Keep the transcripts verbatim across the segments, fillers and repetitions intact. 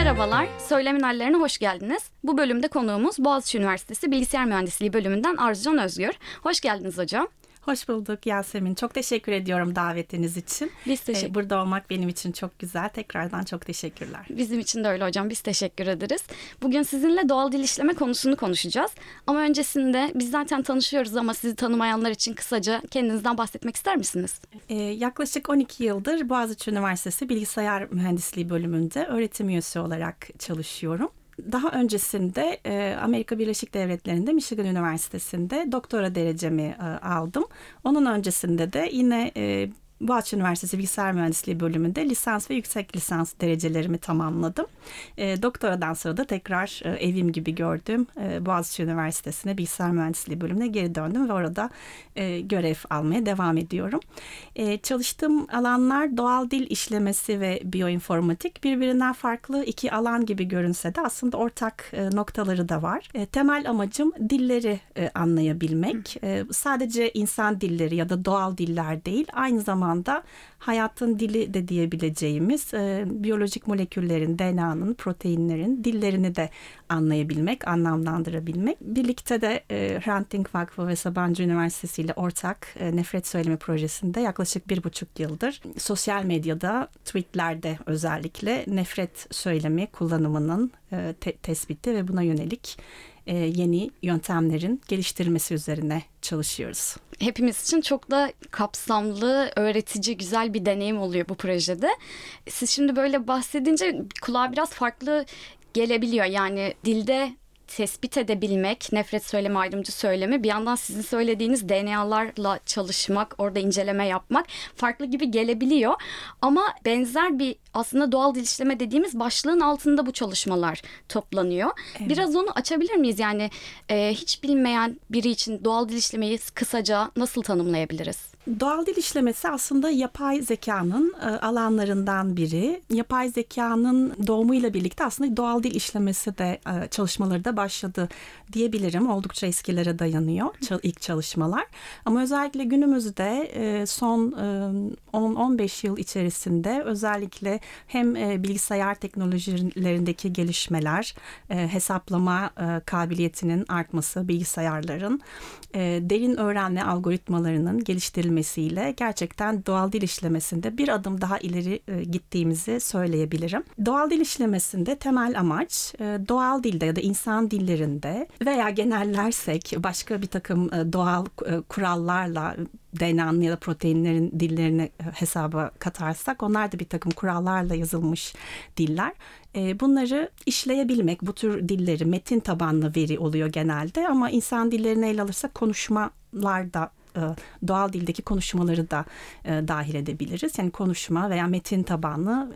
Merhabalar, Söylemin Hallerine hoş geldiniz. Bu bölümde konuğumuz Boğaziçi Üniversitesi Bilgisayar Mühendisliği bölümünden Arzucan Özgür. Hoş geldiniz hocam. Hoş bulduk Yasemin. Çok teşekkür ediyorum davetiniz için. Biz teşekkür... Ee, burada olmak benim için çok güzel. Tekrardan çok teşekkürler. Bizim için de öyle hocam. Biz teşekkür ederiz. Bugün sizinle doğal dil işleme konusunu konuşacağız. Ama öncesinde biz zaten tanışıyoruz ama sizi tanımayanlar için kısaca kendinizden bahsetmek ister misiniz? Ee, yaklaşık on iki yıldır Boğaziçi Üniversitesi Bilgisayar Mühendisliği bölümünde öğretim üyesi olarak çalışıyorum. Daha öncesinde e, Amerika Birleşik Devletleri'nde Michigan Üniversitesi'nde doktora derecemi e, aldım. Onun öncesinde de yine e, Boğaziçi Üniversitesi Bilgisayar Mühendisliği bölümünde lisans ve yüksek lisans derecelerimi tamamladım. E, doktoradan sonra da tekrar e, evim gibi gördüğüm e, Boğaziçi Üniversitesi'ne Bilgisayar Mühendisliği bölümüne geri döndüm ve orada e, görev almaya devam ediyorum. E, çalıştığım alanlar doğal dil işlemesi ve biyoinformatik. Birbirinden farklı iki alan gibi görünse de aslında ortak e, noktaları da var. E, temel amacım dilleri e, anlayabilmek. E, sadece insan dilleri ya da doğal diller değil, aynı zamanda zamanda hayatın dili de diyebileceğimiz e, biyolojik moleküllerin, D N A'nın, proteinlerin dillerini de anlayabilmek, anlamlandırabilmek. Birlikte de e, Hrant Dink Vakfı ve Sabancı Üniversitesi ile ortak e, nefret söyleme projesinde yaklaşık bir buçuk yıldır sosyal medyada, tweetlerde özellikle nefret söylemi kullanımının e, te- tespiti ve buna yönelik e, yeni yöntemlerin geliştirilmesi üzerine çalışıyoruz. Hepimiz için çok da kapsamlı, öğretici, güzel bir deneyim oluyor bu projede. Siz şimdi böyle bahsedince kulağa biraz farklı gelebiliyor. Yani dilde tespit edebilmek, nefret söylemi, ayrımcı söylemi, bir yandan sizin söylediğiniz D N A'larla çalışmak, orada inceleme yapmak farklı gibi gelebiliyor. Ama benzer bir aslında doğal dil işleme dediğimiz başlığın altında bu çalışmalar toplanıyor. Evet. Biraz onu açabilir miyiz? Yani e, hiç bilmeyen biri için doğal dil işlemeyi kısaca nasıl tanımlayabiliriz? Doğal dil işlemesi aslında yapay zekanın e, alanlarından biri. Yapay zekanın doğumuyla birlikte aslında doğal dil işlemesi de e, çalışmaları da başladı diyebilirim. Oldukça eskilere dayanıyor çal- ilk çalışmalar. Ama özellikle günümüzde e, son e, on on beş yıl içerisinde özellikle hem e, bilgisayar teknolojilerindeki gelişmeler, e, hesaplama e, kabiliyetinin artması, bilgisayarların e, derin öğrenme algoritmalarının geliştirilmesi ile gerçekten doğal dil işlemesinde bir adım daha ileri e, gittiğimizi söyleyebilirim. Doğal dil işlemesinde temel amaç e, doğal dilde ya da insan dillerinde veya genellersek başka bir takım e, doğal e, kurallarla D N A'nın ya da proteinlerin dillerini hesaba katarsak onlar da bir takım kurallarla yazılmış diller. Bunları işleyebilmek, bu tür dilleri metin tabanlı veri oluyor genelde ama insan dillerini ele alırsak konuşmalar da doğal dildeki konuşmaları da dahil edebiliriz. Yani konuşma veya metin tabanlı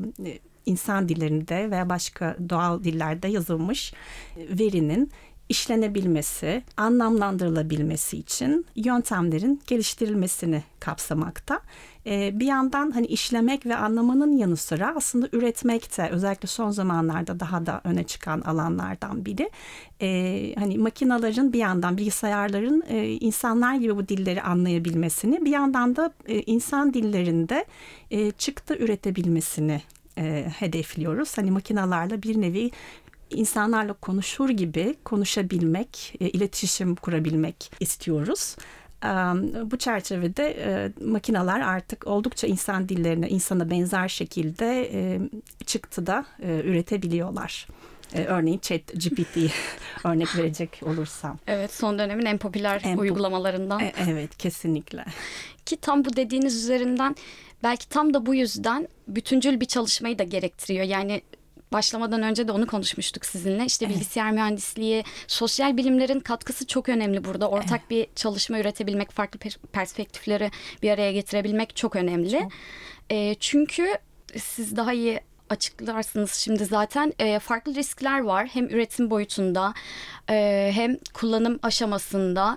insan dillerinde veya başka doğal dillerde yazılmış verinin işlenebilmesi, anlamlandırılabilmesi için yöntemlerin geliştirilmesini kapsamakta. Ee, bir yandan hani işlemek ve anlamanın yanı sıra aslında üretmek de özellikle son zamanlarda daha da öne çıkan alanlardan biri. Ee, hani makinelerin bir yandan bilgisayarların e, insanlar gibi bu dilleri anlayabilmesini, bir yandan da e, insan dillerinde e, çıktı üretebilmesini e, hedefliyoruz. Hani makinelerle bir nevi İnsanlarla konuşur gibi konuşabilmek, e, iletişim kurabilmek istiyoruz. E, bu çerçevede e, makineler artık oldukça insan dillerine, insana benzer şekilde e, çıktıda e, üretebiliyorlar. E, örneğin ChatGPT örnek verecek olursam. Evet, son dönemin en popüler en uygulamalarından. E, evet, kesinlikle. Ki tam bu dediğiniz üzerinden belki tam da bu yüzden bütüncül bir çalışmayı da gerektiriyor. Yani başlamadan önce de onu konuşmuştuk sizinle. İşte evet. Bilgisayar mühendisliği, sosyal bilimlerin katkısı çok önemli burada. Ortak evet. bir çalışma üretebilmek, farklı perspektifleri bir araya getirebilmek çok önemli. Çok. E, çünkü siz daha iyi açıklarsınız şimdi zaten. E, farklı riskler var. Hem üretim boyutunda e, hem kullanım aşamasında.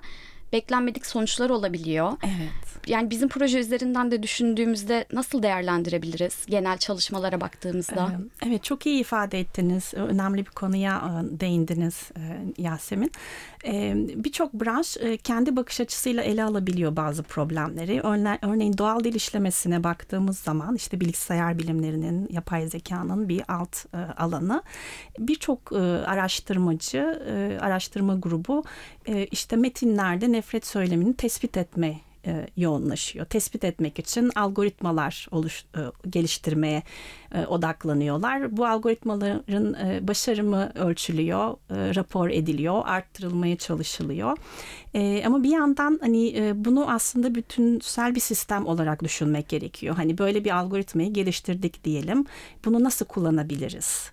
beklenmedik sonuçlar olabiliyor. Evet. Yani bizim proje üzerinden de düşündüğümüzde nasıl değerlendirebiliriz genel çalışmalara baktığımızda? Evet, çok iyi ifade ettiniz. Önemli bir konuya değindiniz Yasemin. Birçok branş kendi bakış açısıyla ele alabiliyor bazı problemleri. Örneğin doğal dil işlemesine baktığımız zaman işte bilgisayar bilimlerinin, yapay zekanın bir alt alanı. Birçok araştırmacı, araştırma grubu işte metinlerde nefret söylemini tespit etme yoğunlaşıyor. Tespit etmek için algoritmalar oluş, geliştirmeye odaklanıyorlar. Bu algoritmaların başarımı ölçülüyor, rapor ediliyor, arttırılmaya çalışılıyor. Ama bir yandan hani bunu aslında bütünsel bir sistem olarak düşünmek gerekiyor. Hani böyle bir algoritmayı geliştirdik diyelim. Bunu nasıl kullanabiliriz?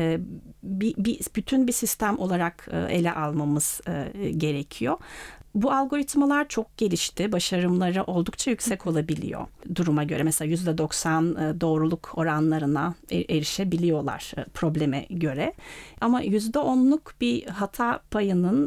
Bir, bir, bütün bir sistem olarak ele almamız gerekiyor. Bu algoritmalar çok gelişti. Başarımları oldukça yüksek olabiliyor duruma göre. Mesela yüzde doksan doğruluk oranlarına erişebiliyorlar probleme göre. Ama yüzde onluk bir hata payının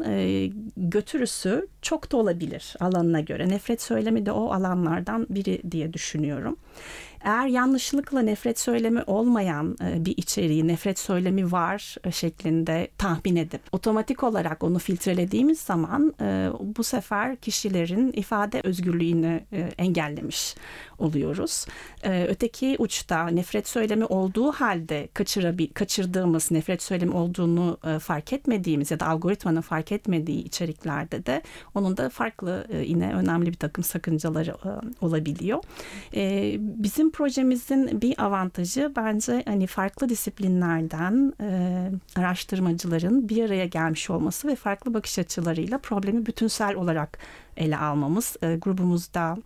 götürüsü çok da olabilir alanına göre. Nefret söylemi de o alanlardan biri diye düşünüyorum. Eğer yanlışlıkla nefret söylemi olmayan bir içeriği, nefret söylemi var şeklinde tahmin edip otomatik olarak onu filtrelediğimiz zaman bu sefer kişilerin ifade özgürlüğünü engellemiş oluyoruz. Öteki uçta nefret söylemi olduğu halde kaçırabil- kaçırdığımız, nefret söylemi olduğunu fark etmediğimiz ya da algoritmanın fark etmediği içeriklerde de onun da farklı yine önemli bir takım sakıncaları olabiliyor. Bizim projemizin bir avantajı bence hani farklı disiplinlerden araştırmacıların bir araya gelmiş olması ve farklı bakış açılarıyla problemi bütünsel olarak ele almamız. Grubumuzda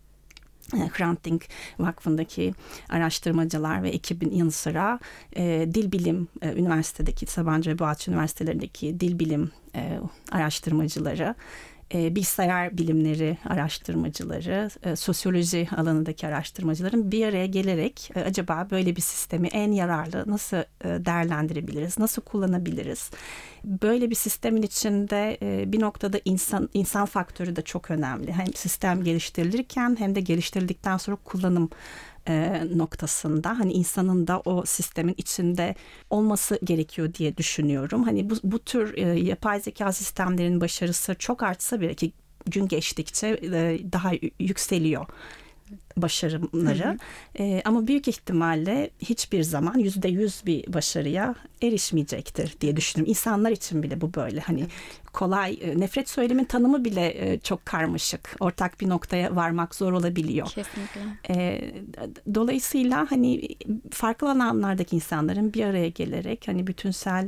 Hrant Dink Vakfı'ndaki araştırmacılar ve ekibin yanı sıra e, dil bilim e, üniversitedeki Sabancı ve Boğaziçi üniversitelerindeki dil bilim e, araştırmacıları, e, bilgisayar bilimleri araştırmacıları, e, sosyoloji alanındaki araştırmacıların bir araya gelerek e, acaba böyle bir sistemi en yararlı nasıl e, değerlendirebiliriz, nasıl kullanabiliriz? Böyle bir sistemin içinde e, bir noktada insan insan faktörü de çok önemli. Hem sistem geliştirilirken hem de geliştirildikten sonra kullanım e, noktasında hani insanın da o sistemin içinde olması gerekiyor diye düşünüyorum. Hani bu, bu tür e, yapay zeka sistemlerinin başarısı çok artsa bile ki gün geçtikçe e, daha yükseliyor başarımları. Hı hı. Ee, ama büyük ihtimalle hiçbir zaman yüzde yüz bir başarıya erişmeyecektir diye düşünüyorum. İnsanlar için bile bu böyle. Hani evet. kolay, nefret söylemin tanımı bile çok karmaşık. Ortak bir noktaya varmak zor olabiliyor. Kesinlikle. Ee, dolayısıyla hani farklı alanlardaki insanların bir araya gelerek hani bütünsel,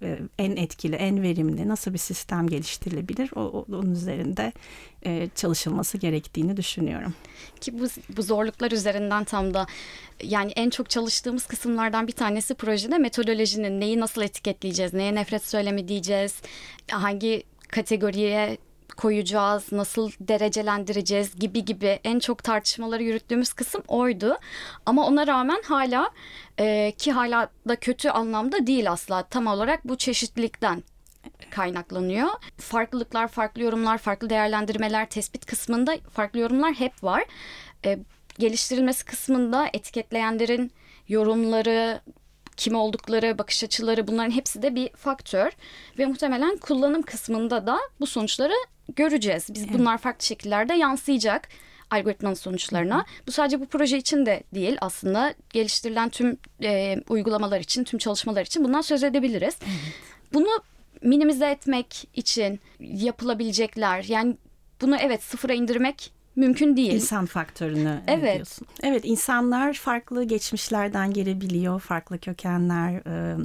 en etkili, en verimli nasıl bir sistem geliştirilebilir? O, onun üzerinde çalışılması gerektiğini düşünüyorum. Ki bu, bu zorluklar üzerinden tam da yani en çok çalıştığımız kısımlardan bir tanesi projede metodolojinin neyi nasıl etiketleyeceğiz, neye nefret söylemi diyeceğiz, hangi kategoriye koyacağız, nasıl derecelendireceğiz gibi gibi en çok tartışmaları yürüttüğümüz kısım oydu. Ama ona rağmen hala e, ki hala da kötü anlamda değil asla, tam olarak bu çeşitlilikten kaynaklanıyor. Farklılıklar, farklı yorumlar, farklı değerlendirmeler, tespit kısmında farklı yorumlar hep var. E, geliştirilmesi kısmında etiketleyenlerin yorumları, kim oldukları, bakış açıları, bunların hepsi de bir faktör. Ve muhtemelen kullanım kısmında da bu sonuçları göreceğiz. Biz bunlar farklı şekillerde yansıyacak algoritmanın sonuçlarına. Bu sadece bu proje için de değil, aslında geliştirilen tüm e, uygulamalar için, tüm çalışmalar için bundan söz edebiliriz. Evet. Bunu minimize etmek için yapılabilecekler, yani bunu evet sıfıra indirmek mümkün değil. İnsan faktörünü evet. diyorsun. Evet, insanlar farklı geçmişlerden gelebiliyor, farklı kökenler,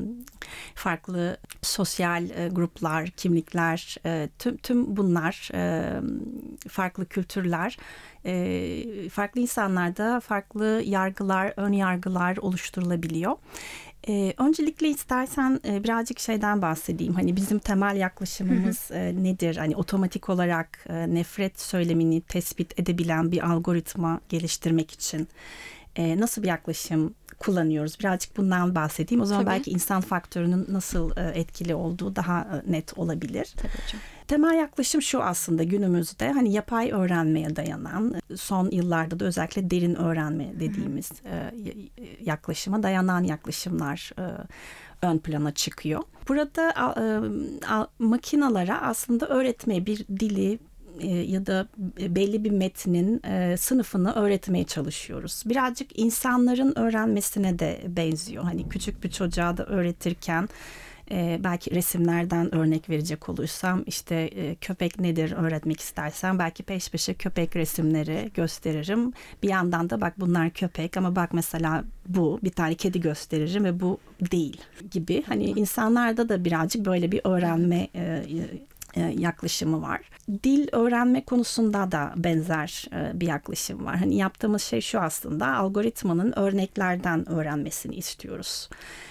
farklı sosyal gruplar, kimlikler, tüm tüm bunlar, farklı kültürler, farklı insanlarda farklı yargılar, ön yargılar oluşturulabiliyor. Ee, öncelikle istersen e, birazcık şeyden bahsedeyim. Hani bizim temel yaklaşımımız e, nedir? Hani otomatik olarak e, nefret söylemini tespit edebilen bir algoritma geliştirmek için e, nasıl bir yaklaşım kullanıyoruz? Birazcık bundan bahsedeyim. O zaman Tabii. belki insan faktörünün nasıl e, etkili olduğu daha e, net olabilir. Tabii hocam. Temel yaklaşım şu aslında günümüzde hani yapay öğrenmeye dayanan, son yıllarda da özellikle derin öğrenme dediğimiz e, yaklaşıma dayanan yaklaşımlar e, ön plana çıkıyor. Burada e, a, makinalara aslında öğretmeye, bir dili e, ya da belli bir metnin e, sınıfını öğretmeye çalışıyoruz. Birazcık insanların öğrenmesine de benziyor. Hani küçük bir çocuğa da öğretirken Ee, belki resimlerden örnek verecek olursam işte e, köpek nedir öğretmek istersem belki peş peşe köpek resimleri gösteririm. Bir yandan da bak bunlar köpek ama bak mesela bu, bir tane kedi gösteririm ve bu değil gibi. Hani insanlarda da birazcık böyle bir öğrenme e, e, yaklaşımı var. Dil öğrenme konusunda da benzer e, bir yaklaşım var. Hani yaptığımız şey şu aslında, algoritmanın örneklerden öğrenmesini istiyoruz.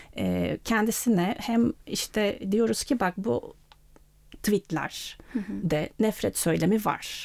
Kendisine hem işte diyoruz ki bak bu tweetler de nefret söylemi var.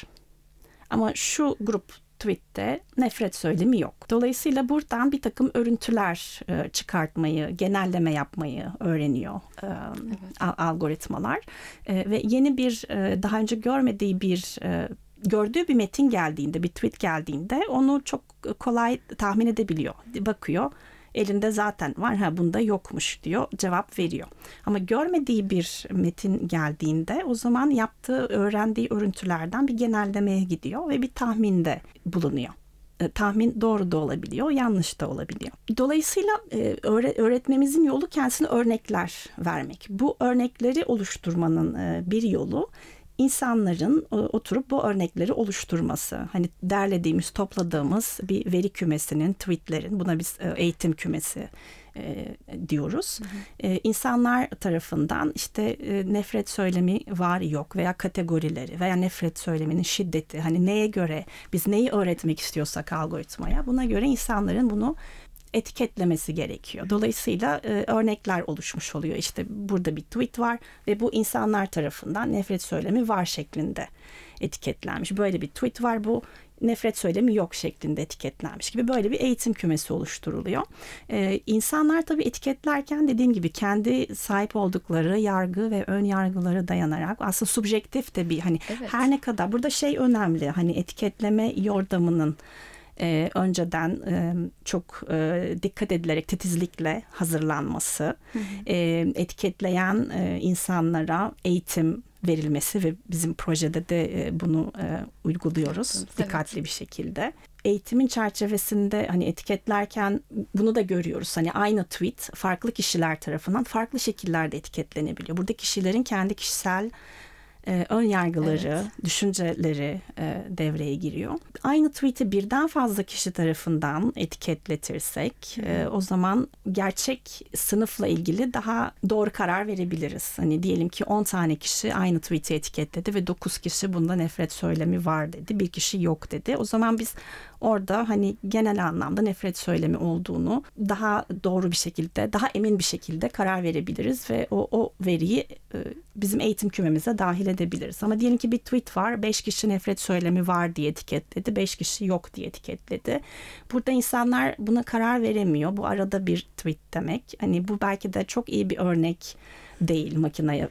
Ama şu grup tweette nefret söylemi yok. Dolayısıyla buradan bir takım örüntüler çıkartmayı, genelleme yapmayı öğreniyor evet. algoritmalar. Ve yeni bir, daha önce görmediği bir gördüğü bir metin geldiğinde, bir tweet geldiğinde onu çok kolay tahmin edebiliyor. Bakıyor. Elinde zaten var, ha bunda yokmuş diyor, cevap veriyor. Ama görmediği bir metin geldiğinde o zaman yaptığı, öğrendiği örüntülerden bir genellemeye gidiyor ve bir tahminde bulunuyor. E, tahmin doğru da olabiliyor, yanlış da olabiliyor. Dolayısıyla e, öğretmemizin yolu kendisine örnekler vermek. Bu örnekleri oluşturmanın e, bir yolu İnsanların oturup bu örnekleri oluşturması. Hani derlediğimiz, topladığımız bir veri kümesinin, tweetlerin, buna biz eğitim kümesi e, diyoruz. Hı hı. E, insanlar tarafından işte e, nefret söylemi var yok veya kategorileri veya nefret söyleminin şiddeti, hani neye göre biz neyi öğretmek istiyorsak algoritmaya, buna göre insanların bunu etiketlemesi gerekiyor. Dolayısıyla e, örnekler oluşmuş oluyor. İşte burada bir tweet var ve bu insanlar tarafından nefret söylemi var şeklinde etiketlenmiş. Böyle bir tweet var, bu nefret söylemi yok şeklinde etiketlenmiş gibi böyle bir eğitim kümesi oluşturuluyor. Ee, insanlar tabii etiketlerken dediğim gibi kendi sahip oldukları yargı ve ön yargılara dayanarak aslında subjektif de bir hani evet. Her ne kadar burada şey önemli, hani etiketleme yordamının Ee, önceden e, çok e, dikkat edilerek titizlikle hazırlanması, hı hı. E, etiketleyen e, insanlara eğitim verilmesi ve bizim projede de e, bunu e, uyguluyoruz evet. Dikkatli bir şekilde. Eğitimin çerçevesinde hani etiketlerken bunu da görüyoruz. Hani aynı tweet farklı kişiler tarafından farklı şekillerde etiketlenebiliyor. Burada kişilerin kendi kişisel Ee, ön yargıları, evet. düşünceleri e, devreye giriyor. Aynı tweet'i birden fazla kişi tarafından etiketletirsek e, o zaman gerçek sınıfla ilgili daha doğru karar verebiliriz. Hani diyelim ki on tane kişi aynı tweet'i etiketledi ve dokuz kişi bunda nefret söylemi var dedi. Bir kişi yok dedi. O zaman biz orada hani genel anlamda nefret söylemi olduğunu daha doğru bir şekilde, daha emin bir şekilde karar verebiliriz ve o, o veriyi e, bizim eğitim kümemize dahil edebiliriz. Ama diyelim ki bir tweet var, beş kişi nefret söylemi var diye etiketledi, beş kişi yok diye etiketledi. Burada insanlar buna karar veremiyor. Bu arada bir tweet demek. Hani bu belki de çok iyi bir örnek değil makineye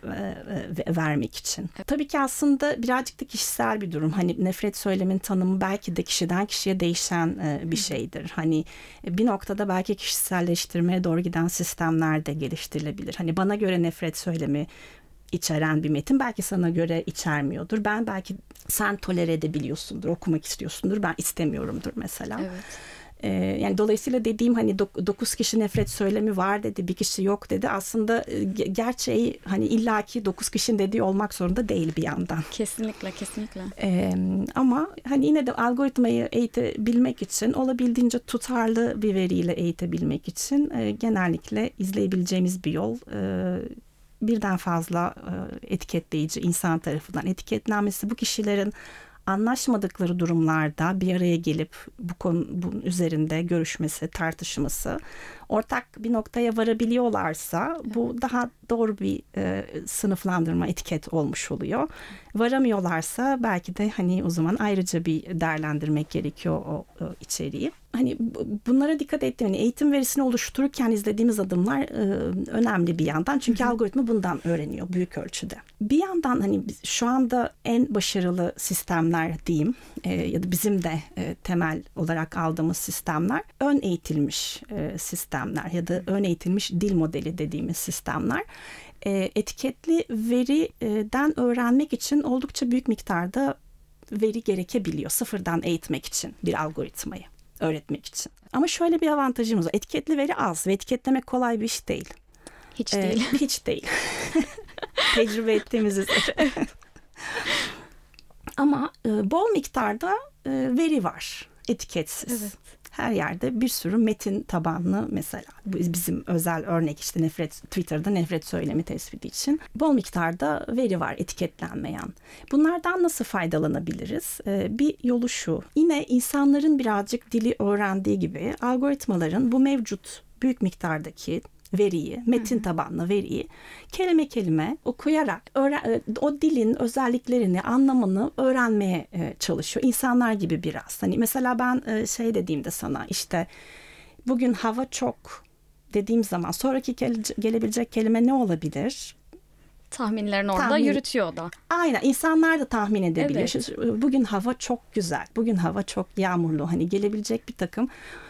e, vermek için. Evet. Tabii ki aslında birazcık da kişisel bir durum. Hani nefret söylemin tanımı belki de kişiden kişiye değişen e, bir şeydir. Hani bir noktada belki kişiselleştirmeye doğru giden sistemler de geliştirilebilir. Hani bana göre nefret söylemi içeren bir metin belki sana göre içermiyordur. Ben belki sen tolere edebiliyorsundur, okumak istiyorsundur. Ben istemiyorumdur mesela. Evet. Ee, yani dolayısıyla dediğim hani dokuz kişi nefret söylemi var dedi, bir kişi yok dedi. Aslında gerçeği hani illaki dokuz kişinin dediği olmak zorunda değil bir yandan. Kesinlikle, kesinlikle. Ee, ama hani yine de algoritmayı eğitebilmek için, olabildiğince tutarlı bir veriyle eğitebilmek için e, genellikle izleyebileceğimiz bir yol e, birden fazla e, etiketleyici insan tarafından etiketlenmesi, bu kişilerin anlaşmadıkları durumlarda bir araya gelip bu konu bunun üzerinde görüşmesi, tartışması, ortak bir noktaya varabiliyorlarsa bu daha doğru bir e, sınıflandırma, etiket olmuş oluyor. Varamıyorlarsa belki de hani o zaman ayrıca bir değerlendirmek gerekiyor o, o içeriği. hani bunlara dikkat ettim. Yani eğitim verisini oluştururken izlediğimiz adımlar e, önemli bir yandan. Çünkü hı hı. algoritma bundan öğreniyor büyük ölçüde. Bir yandan hani şu anda en başarılı sistemler diyeyim e, ya da bizim de e, temel olarak aldığımız sistemler ön eğitilmiş e, sistemler ya da ön eğitilmiş dil modeli dediğimiz sistemler. E, etiketli veriden öğrenmek için oldukça büyük miktarda veri gerekebiliyor sıfırdan eğitmek için bir algoritmayı öğretmek için. Ama şöyle bir avantajımız var. Etiketli veri az ve etiketlemek kolay bir iş değil. Hiç ee, değil. Hiç değil. Tecrübe ettiğimiz üzere. Ama e, bol miktarda e, veri var etiketsiz. Evet. Her yerde bir sürü metin tabanlı mesela bizim özel örnek işte nefret Twitter'da nefret söylemi tespiti için bol miktarda veri var etiketlenmeyen. Bunlardan nasıl faydalanabiliriz? Ee, bir yolu şu. Yine insanların birazcık dili öğrendiği gibi algoritmaların bu mevcut büyük miktardaki veriyi, metin tabanlı veriyi kelime kelime okuyarak öğren- o dilin özelliklerini, anlamını öğrenmeye çalışıyor. İnsanlar gibi biraz. Hani mesela ben şey dediğimde sana işte bugün hava çok dediğim zaman sonraki gele- gelebilecek kelime ne olabilir? Tahminlerini orada Tahmin. yürütüyor o da. Aynen, insanlar da tahmin edebiliyor. Evet. Bugün hava çok güzel, bugün hava çok yağmurlu. Hani gelebilecek bir takım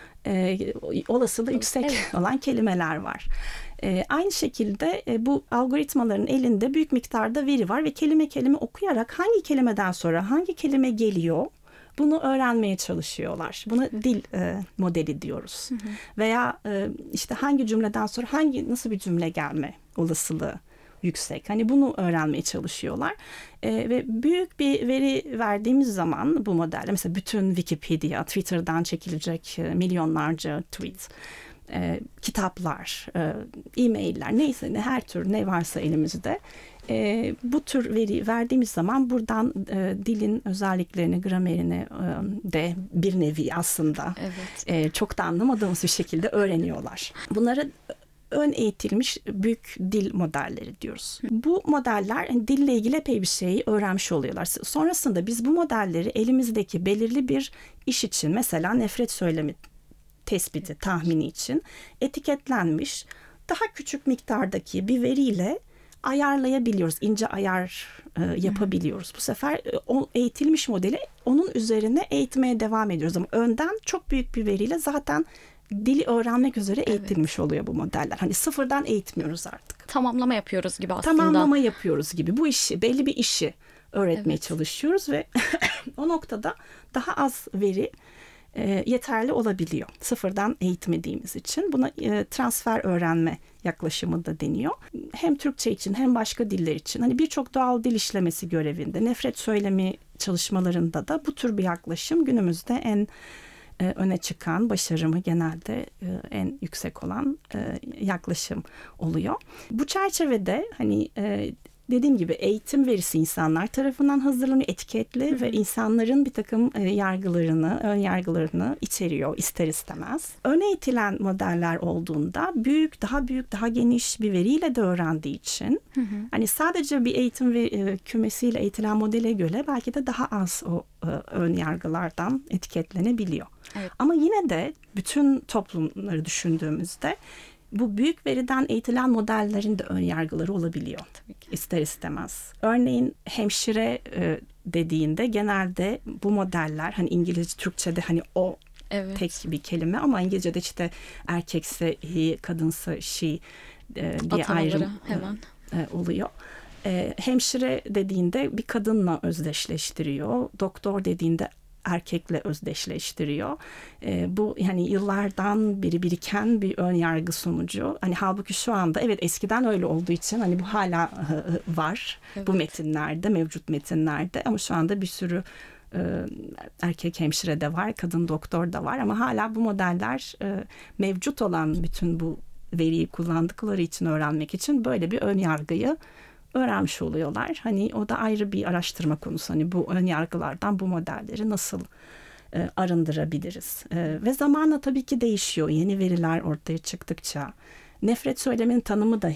e, olasılığı yüksek evet. olan kelimeler var. E, aynı şekilde e, bu algoritmaların elinde büyük miktarda veri var ve kelime kelime okuyarak hangi kelimeden sonra hangi kelime geliyor bunu öğrenmeye çalışıyorlar. Buna dil e, modeli diyoruz. Hı hı. Veya e, işte hangi cümleden sonra hangi nasıl bir cümle gelme olasılığı yüksek. Hani bunu öğrenmeye çalışıyorlar. E, ve büyük bir veri verdiğimiz zaman bu modelle mesela bütün Wikipedia, Twitter'dan çekilecek e, milyonlarca tweet, e, kitaplar, e, e-mailler neyse ne her tür ne varsa elimizde e, bu tür veri verdiğimiz zaman buradan e, dilin özelliklerini, gramerini e, de bir nevi aslında evet. e, çok da anlamadığımız bir şekilde öğreniyorlar. Bunları ön eğitilmiş büyük dil modelleri diyoruz. Bu modeller yani dille ilgili epey bir şeyi öğrenmiş oluyorlar. Sonrasında biz bu modelleri elimizdeki belirli bir iş için mesela nefret söylemi tespiti, tahmini için etiketlenmiş daha küçük miktardaki bir veriyle ayarlayabiliyoruz. İnce ayar e, yapabiliyoruz. Bu sefer e, o eğitilmiş modeli onun üzerine eğitmeye devam ediyoruz. Ama önden çok büyük bir veriyle zaten dili öğrenmek üzere eğitilmiş evet. oluyor bu modeller. Hani sıfırdan eğitmiyoruz artık. Tamamlama yapıyoruz gibi aslında. Tamamlama yapıyoruz gibi. Bu işi, belli bir işi öğretmeye evet. çalışıyoruz ve o noktada daha az veri e, yeterli olabiliyor. Sıfırdan eğitmediğimiz için. Buna e, transfer öğrenme yaklaşımı da deniyor. Hem Türkçe için hem başka diller için. Hani birçok doğal dil işlemesi görevinde, nefret söylemi çalışmalarında da bu tür bir yaklaşım günümüzde en öne çıkan, başarımı genelde en yüksek olan yaklaşım oluyor. Bu çerçevede hani dediğim gibi eğitim verisi insanlar tarafından hazırlanıyor, etiketli hı hı. ve insanların bir takım yargılarını, ön yargılarını içeriyor ister istemez. Ön eğitilen modeller olduğunda büyük, daha büyük, daha geniş bir veriyle de öğrendiği için hı hı. hani sadece bir eğitim ve kümesiyle eğitilen modele göre belki de daha az o ön yargılardan etiketlenebiliyor. Evet. Ama yine de bütün toplumları düşündüğümüzde bu büyük veriden eğitilen modellerin de ön yargıları olabiliyor. İster istemez. Örneğin hemşire e, dediğinde genelde bu modeller hani İngilizce, Türkçe'de hani o evet. tek bir kelime ama İngilizce'de işte erkekse he, kadınsa she e, diye Atamaları ayrım hemen. E, oluyor. E, hemşire dediğinde bir kadınla özdeşleştiriyor. Doktor dediğinde erkekle özdeşleştiriyor. E, bu yani yıllardan beri biriken bir ön yargı sonucu. Hani halbuki şu anda evet eskiden öyle olduğu için hani bu hala e, var evet. bu metinlerde, mevcut metinlerde ama şu anda bir sürü e, erkek hemşire de var, kadın doktor da var ama hala bu modeller e, mevcut olan bütün bu veriyi kullandıkları için öğrenmek için böyle bir ön yargıyı öğrenmiş oluyorlar. Hani o da ayrı bir araştırma konusu. Hani bu ön yargılardan bu modelleri nasıl e, arındırabiliriz? E, ve zamanla tabii ki değişiyor. Yeni veriler ortaya çıktıkça nefret söyleminin tanımı dahi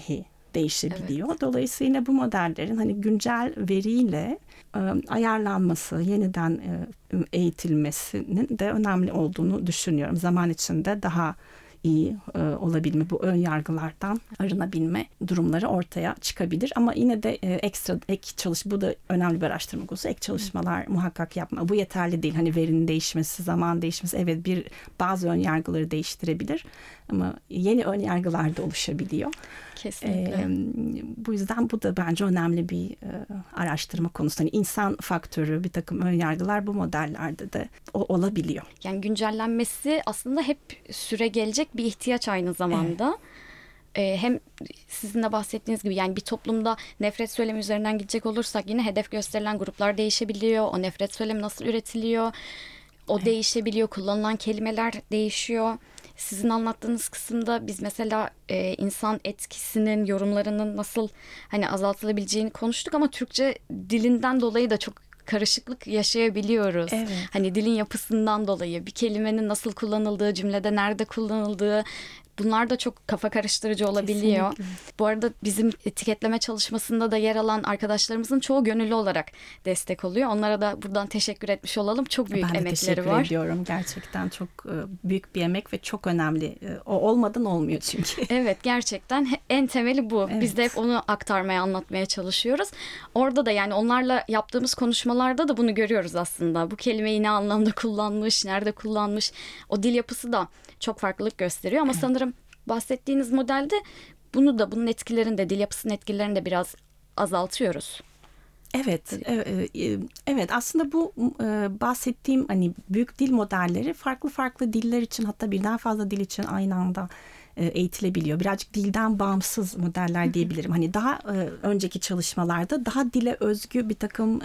değişebiliyor. Evet. Dolayısıyla bu modellerin hani güncel veriyle e, ayarlanması, yeniden e, eğitilmesinin de önemli olduğunu düşünüyorum. Zaman içinde daha iyi e, olabilme, bu ön yargılardan arınabilme durumları ortaya çıkabilir. Ama yine de e, ekstra ek çalış, bu da önemli bir araştırma konusu. Ek çalışmalar Hı. muhakkak yapma. Bu yeterli değil. Hani verinin değişmesi, zaman değişmesi, evet bir bazı ön yargıları değiştirebilir. Ama yeni ön yargılar da oluşabiliyor. Kesinlikle. E, bu yüzden bu da bence önemli bir e, araştırma konusu. Hani insan faktörü, bir takım ön yargılar bu modellerde de o, olabiliyor. Yani güncellenmesi aslında hep süre gelecek bir ihtiyaç aynı zamanda. Evet. Ee, hem sizin de bahsettiğiniz gibi yani bir toplumda nefret söylemi üzerinden gidecek olursak yine hedef gösterilen gruplar değişebiliyor. O nefret söylemi nasıl üretiliyor? O evet. değişebiliyor. Kullanılan kelimeler değişiyor. Sizin anlattığınız kısımda biz mesela e, insan etkisinin, yorumlarının nasıl hani azaltılabileceğini konuştuk ama Türkçe dilinden dolayı da çok karışıklık yaşayabiliyoruz. Evet. Hani dilin yapısından dolayı bir kelimenin nasıl kullanıldığı, cümlede nerede kullanıldığı, bunlar da çok kafa karıştırıcı olabiliyor. Kesinlikle. Bu arada bizim etiketleme çalışmasında da yer alan arkadaşlarımızın çoğu gönüllü olarak destek oluyor. Onlara da buradan teşekkür etmiş olalım. Çok büyük ben emekleri teşekkür var. teşekkür ediyorum. Gerçekten çok büyük bir emek ve çok önemli. O olmadan olmuyor çünkü. Evet, gerçekten en temeli bu. Evet. Biz de hep onu aktarmaya, anlatmaya çalışıyoruz. Orada da yani onlarla yaptığımız konuşmalarda da bunu görüyoruz aslında. Bu kelimeyi ne anlamda kullanmış, nerede kullanmış. O dil yapısı da çok farklılık gösteriyor ama evet. sanırım bahsettiğiniz modelde bunu da, bunun etkilerini de, dil yapısının etkilerini de biraz azaltıyoruz. Evet, evet aslında bu bahsettiğim hani büyük dil modelleri farklı farklı diller için, hatta birden fazla dil için aynı anda eğitilebiliyor. Birazcık dilden bağımsız modeller diyebilirim. Hani daha önceki çalışmalarda daha dile özgü bir takım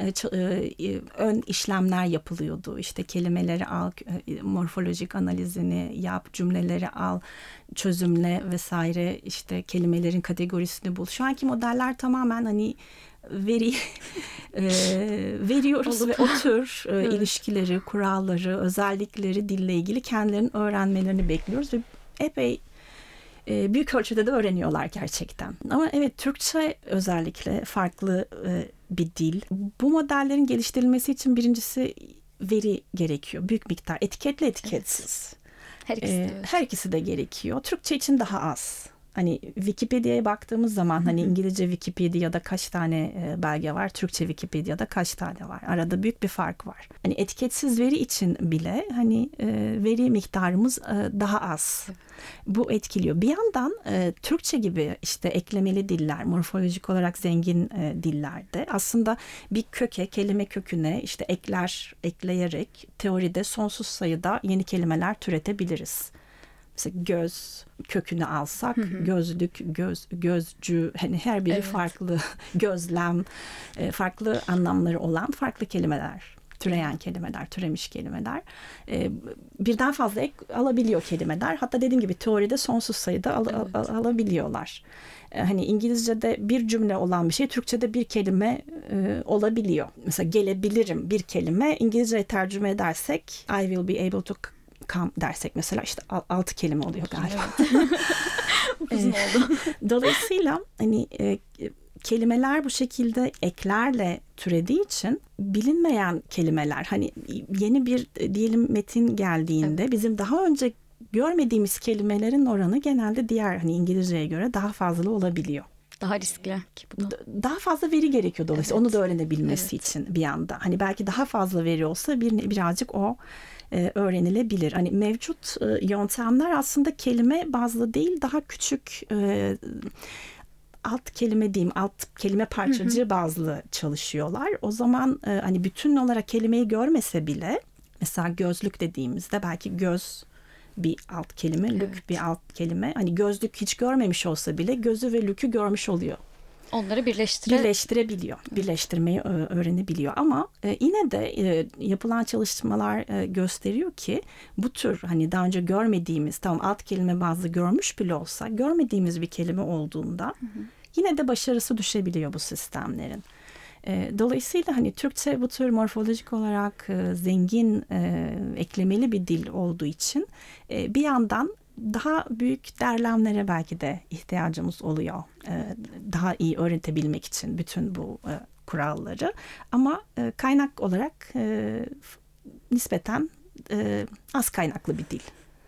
ön işlemler yapılıyordu. İşte kelimeleri al, morfolojik analizini yap, cümleleri al, çözümle vesaire, işte kelimelerin kategorisini bul. Şu anki modeller tamamen hani veri e, veriyoruz Olup. ve o tür e, evet. ilişkileri, kuralları, özellikleri dille ilgili kendilerinin öğrenmelerini bekliyoruz ve epey e, büyük ölçüde de öğreniyorlar gerçekten. Ama evet, Türkçe özellikle farklı e, bir dil. Bu modellerin geliştirilmesi için birincisi veri gerekiyor. Büyük miktar, etiketli etiketsiz. Evet. Her ikisi, e, her ikisi de gerekiyor. Türkçe için daha az. Hani Wikipedia'ya baktığımız zaman hani İngilizce Wikipedia'da kaç tane belge var, Türkçe Wikipedia'da kaç tane var. Arada büyük bir fark var. Hani etiketsiz veri için bile hani veri miktarımız daha az. Bu etkiliyor. Bir yandan Türkçe gibi işte eklemeli diller, morfolojik olarak zengin dillerde aslında bir köke, kelime köküne işte ekler ekleyerek teoride sonsuz sayıda yeni kelimeler türetebiliriz. Mesela göz kökünü alsak, hı hı. gözlük, göz, gözcü, hani her biri evet. farklı, gözlem, farklı anlamları olan farklı kelimeler, türeyen evet. kelimeler, türemiş kelimeler. Birden fazla ek alabiliyor kelimeler. Hatta dediğim gibi teoride sonsuz sayıda al, evet. al, alabiliyorlar. Hani İngilizce'de bir cümle olan bir şey Türkçe'de bir kelime e, olabiliyor. Mesela gelebilirim bir kelime, İngilizce'ye tercüme edersek I will be able to come dersek mesela işte altı kelime oluyor galiba. Evet. Uzun oldu. Dolayısıyla hani e, kelimeler bu şekilde eklerle türediği için bilinmeyen kelimeler, hani yeni bir diyelim metin geldiğinde evet. bizim daha önce görmediğimiz kelimelerin oranı genelde diğer hani İngilizceye göre daha fazla olabiliyor. Daha riskli ki bu da. Daha fazla veri gerekiyor dolayısıyla evet. onu da öğrenebilmesi evet. için bir anda. Hani belki daha fazla veri olsa bir, birazcık o e, öğrenilebilir. Hani mevcut e, yöntemler aslında kelime bazlı değil, daha küçük e, alt kelime diyeyim, alt kelime parçacığı hı hı. bazlı çalışıyorlar. O zaman e, hani bütün olarak kelimeyi görmese bile mesela gözlük dediğimizde belki göz bir alt kelime, lük evet. bir alt kelime. Hani gözlük hiç görmemiş olsa bile gözü ve lükü görmüş oluyor. Onları birleştire... birleştirebiliyor. Evet. Birleştirmeyi öğrenebiliyor. Ama e, yine de e, yapılan çalışmalar e, gösteriyor ki bu tür hani daha önce görmediğimiz, tamam alt kelime bazlı görmüş bile olsa görmediğimiz bir kelime olduğunda hı hı. yine de başarısı düşebiliyor bu sistemlerin. Dolayısıyla hani Türkçe bu tür morfolojik olarak zengin, eklemeli bir dil olduğu için bir yandan daha büyük derlemlere belki de ihtiyacımız oluyor. E, daha iyi öğretebilmek için bütün bu e, kuralları. Ama e, kaynak olarak e, nispeten e, az kaynaklı bir dil.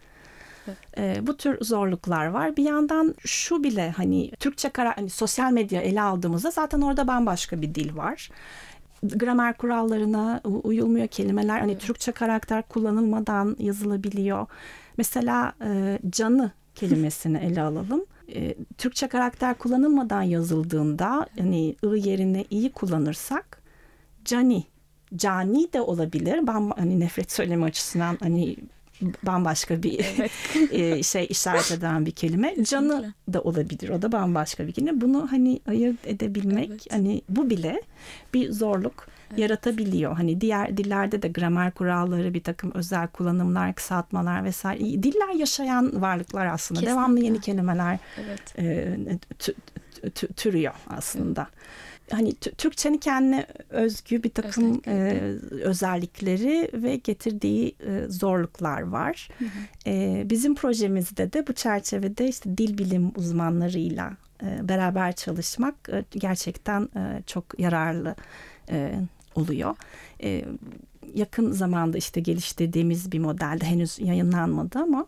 E, bu tür zorluklar var. Bir yandan şu bile hani Türkçe kara, hani sosyal medya ele aldığımızda zaten orada bambaşka bir dil var. Gramer kurallarına uyulmuyor kelimeler. Hani evet. Türkçe karakter kullanılmadan yazılabiliyor. Mesela e, canı kelimesini ele alalım. E, Türkçe karakter kullanılmadan yazıldığında hani ı yerine i'yi kullanırsak cani, cani de olabilir. Ben hani nefret söyleme açısından hani bambaşka bir evet. şey işaret eden bir kelime. Kesinlikle. Canı da olabilir. O da bambaşka bir kelime. Bunu hani ayırt edebilmek evet. hani bu bile bir zorluk evet. yaratabiliyor. Hani diğer dillerde de gramer kuralları, bir takım özel kullanımlar, kısaltmalar vesaire. Diller yaşayan varlıklar aslında. Kesinlikle. Devamlı yeni kelimeler evet. e, t- t- türüyor aslında. Evet. Hani Türkçenin kendine özgü bir takım e, özellikleri ve getirdiği e, zorluklar var. Hı hı. E, bizim projemizde de bu çerçevede işte dil bilim uzmanlarıyla e, beraber çalışmak e, gerçekten e, çok yararlı e, oluyor. E, yakın zamanda işte geliştirdiğimiz bir modelde henüz yayınlanmadı ama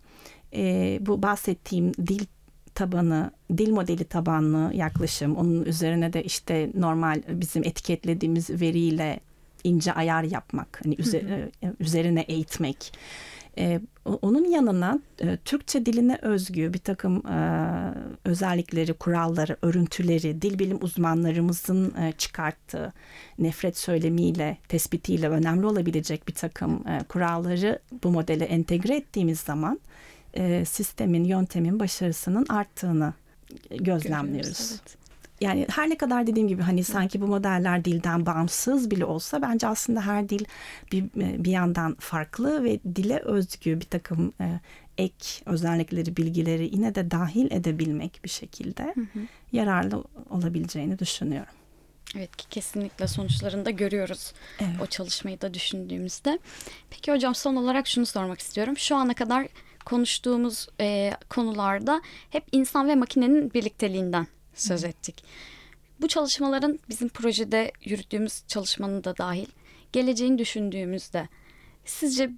e, bu bahsettiğim dil tabanı, dil modeli tabanlı yaklaşım, onun üzerine de işte normal bizim etiketlediğimiz veriyle ince ayar yapmak, hani üzerine, üzerine eğitmek. Ee, onun yanına e, Türkçe diline özgü bir takım e, özellikleri, kuralları, örüntüleri, dil bilim uzmanlarımızın e, çıkarttığı nefret söylemiyle, tespitiyle önemli olabilecek bir takım e, kuralları bu modele entegre ettiğimiz zaman E, sistemin, yöntemin başarısının arttığını gözlemliyoruz. Evet. Yani her ne kadar dediğim gibi hani sanki bu modeller dilden bağımsız bile olsa bence aslında her dil bir, bir yandan farklı ve dile özgü bir takım e, ek özellikleri, bilgileri yine de dahil edebilmek bir şekilde hı hı. yararlı olabileceğini düşünüyorum. Evet ki kesinlikle sonuçlarını da görüyoruz evet. o çalışmayı da düşündüğümüzde. Peki hocam son olarak şunu sormak istiyorum. Şu ana kadar konuştuğumuz e, konularda hep insan ve makinenin birlikteliğinden söz ettik. Bu çalışmaların bizim projede yürüttüğümüz çalışmanın da dahil geleceğini düşündüğümüzde sizce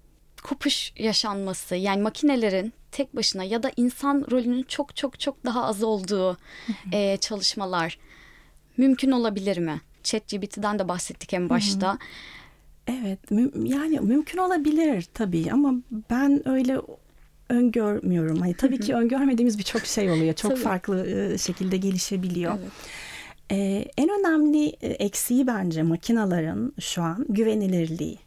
kopuş yaşanması, yani makinelerin tek başına ya da insan rolünün çok çok çok daha az olduğu e, çalışmalar mümkün olabilir mi? ChatGPT'den de bahsettik en başta. Hı hı. Evet, mü- yani mümkün olabilir tabii ama ben öyle öngörmüyorum. Hani tabii ki öngörmediğimiz birçok şey oluyor. Çok tabii. farklı şekilde gelişebiliyor. Evet. Ee, en önemli eksiği bence makinelerin şu an güvenilirliği.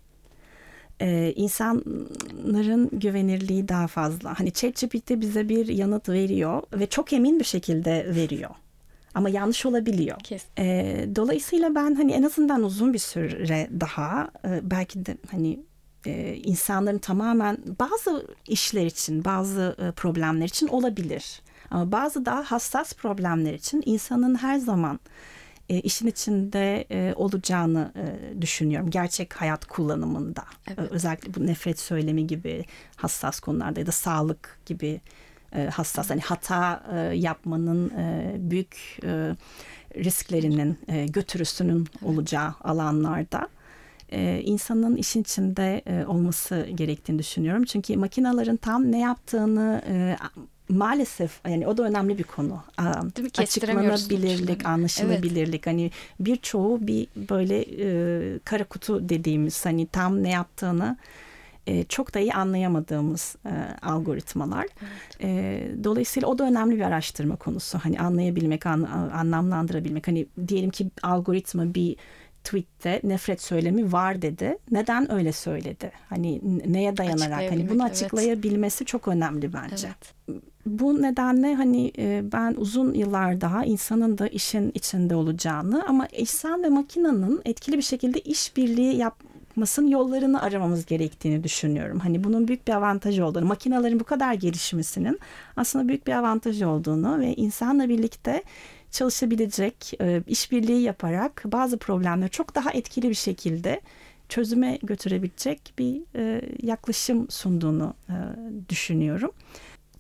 Ee, insanların güvenirliği daha fazla. Hani ChatGPT bize bir yanıt veriyor ve çok emin bir şekilde veriyor. Ama yanlış olabiliyor. E, dolayısıyla ben hani en azından uzun bir süre daha e, belki de hani e, insanların tamamen bazı işler için, bazı e, problemler için olabilir. Ama bazı daha hassas problemler için insanın her zaman e, işin içinde e, olacağını e, düşünüyorum. Gerçek hayat kullanımında. Evet. E, özellikle bu nefret söylemi gibi hassas konularda ya da sağlık gibi hassas, hani hata yapmanın büyük risklerinin, götürüsünün olacağı alanlarda insanın işin içinde olması gerektiğini düşünüyorum. Çünkü makinelerin tam ne yaptığını maalesef, yani o da önemli bir konu. Açıklanabilirlik, anlaşılabilirlik. Evet. Hani birçoğu bir böyle kara kutu dediğimiz, hani tam ne yaptığını çok da iyi anlayamadığımız e, algoritmalar. Evet. E, dolayısıyla o da önemli bir araştırma konusu. Hani anlayabilmek, an, anlamlandırabilmek. Hani diyelim ki algoritma bir tweette nefret söylemi var dedi. Neden öyle söyledi? Hani neye dayanarak? Hani bunu açıklayabilmesi evet. çok önemli bence. Evet. Bu nedenle hani e, ben uzun yıllar daha insanın da işin içinde olacağını ama insan ve makinenin etkili bir şekilde işbirliği yap yapmasının yollarını aramamız gerektiğini düşünüyorum. Hani bunun büyük bir avantajı olduğunu, makinelerin bu kadar gelişmesinin aslında büyük bir avantajı olduğunu ve insanla birlikte çalışabilecek, işbirliği yaparak bazı problemleri çok daha etkili bir şekilde çözüme götürebilecek bir yaklaşım sunduğunu düşünüyorum.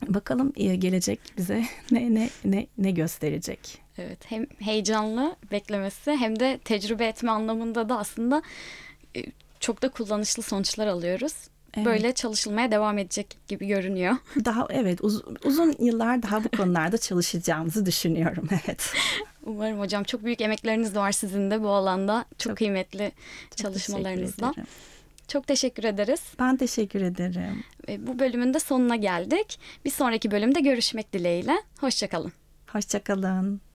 Bakalım e, gelecek bize ne ne ne ne gösterecek. Evet, hem heyecanlı beklemesi hem de tecrübe etme anlamında da aslında e, çok da kullanışlı sonuçlar alıyoruz. Evet. Böyle çalışılmaya devam edecek gibi görünüyor. Daha evet uz, uzun yıllar daha bu konularda çalışacağımızı düşünüyorum. Evet. Umarım hocam, çok büyük emekleriniz var sizin de bu alanda. Çok, Çok- kıymetli Çok çalışmalarınızla. teşekkür ederim. Çok teşekkür ederiz. Ben teşekkür ederim. E, Bu bölümün de sonuna geldik. Bir sonraki bölümde görüşmek dileğiyle. Hoşça kalın. Hoşça kalın.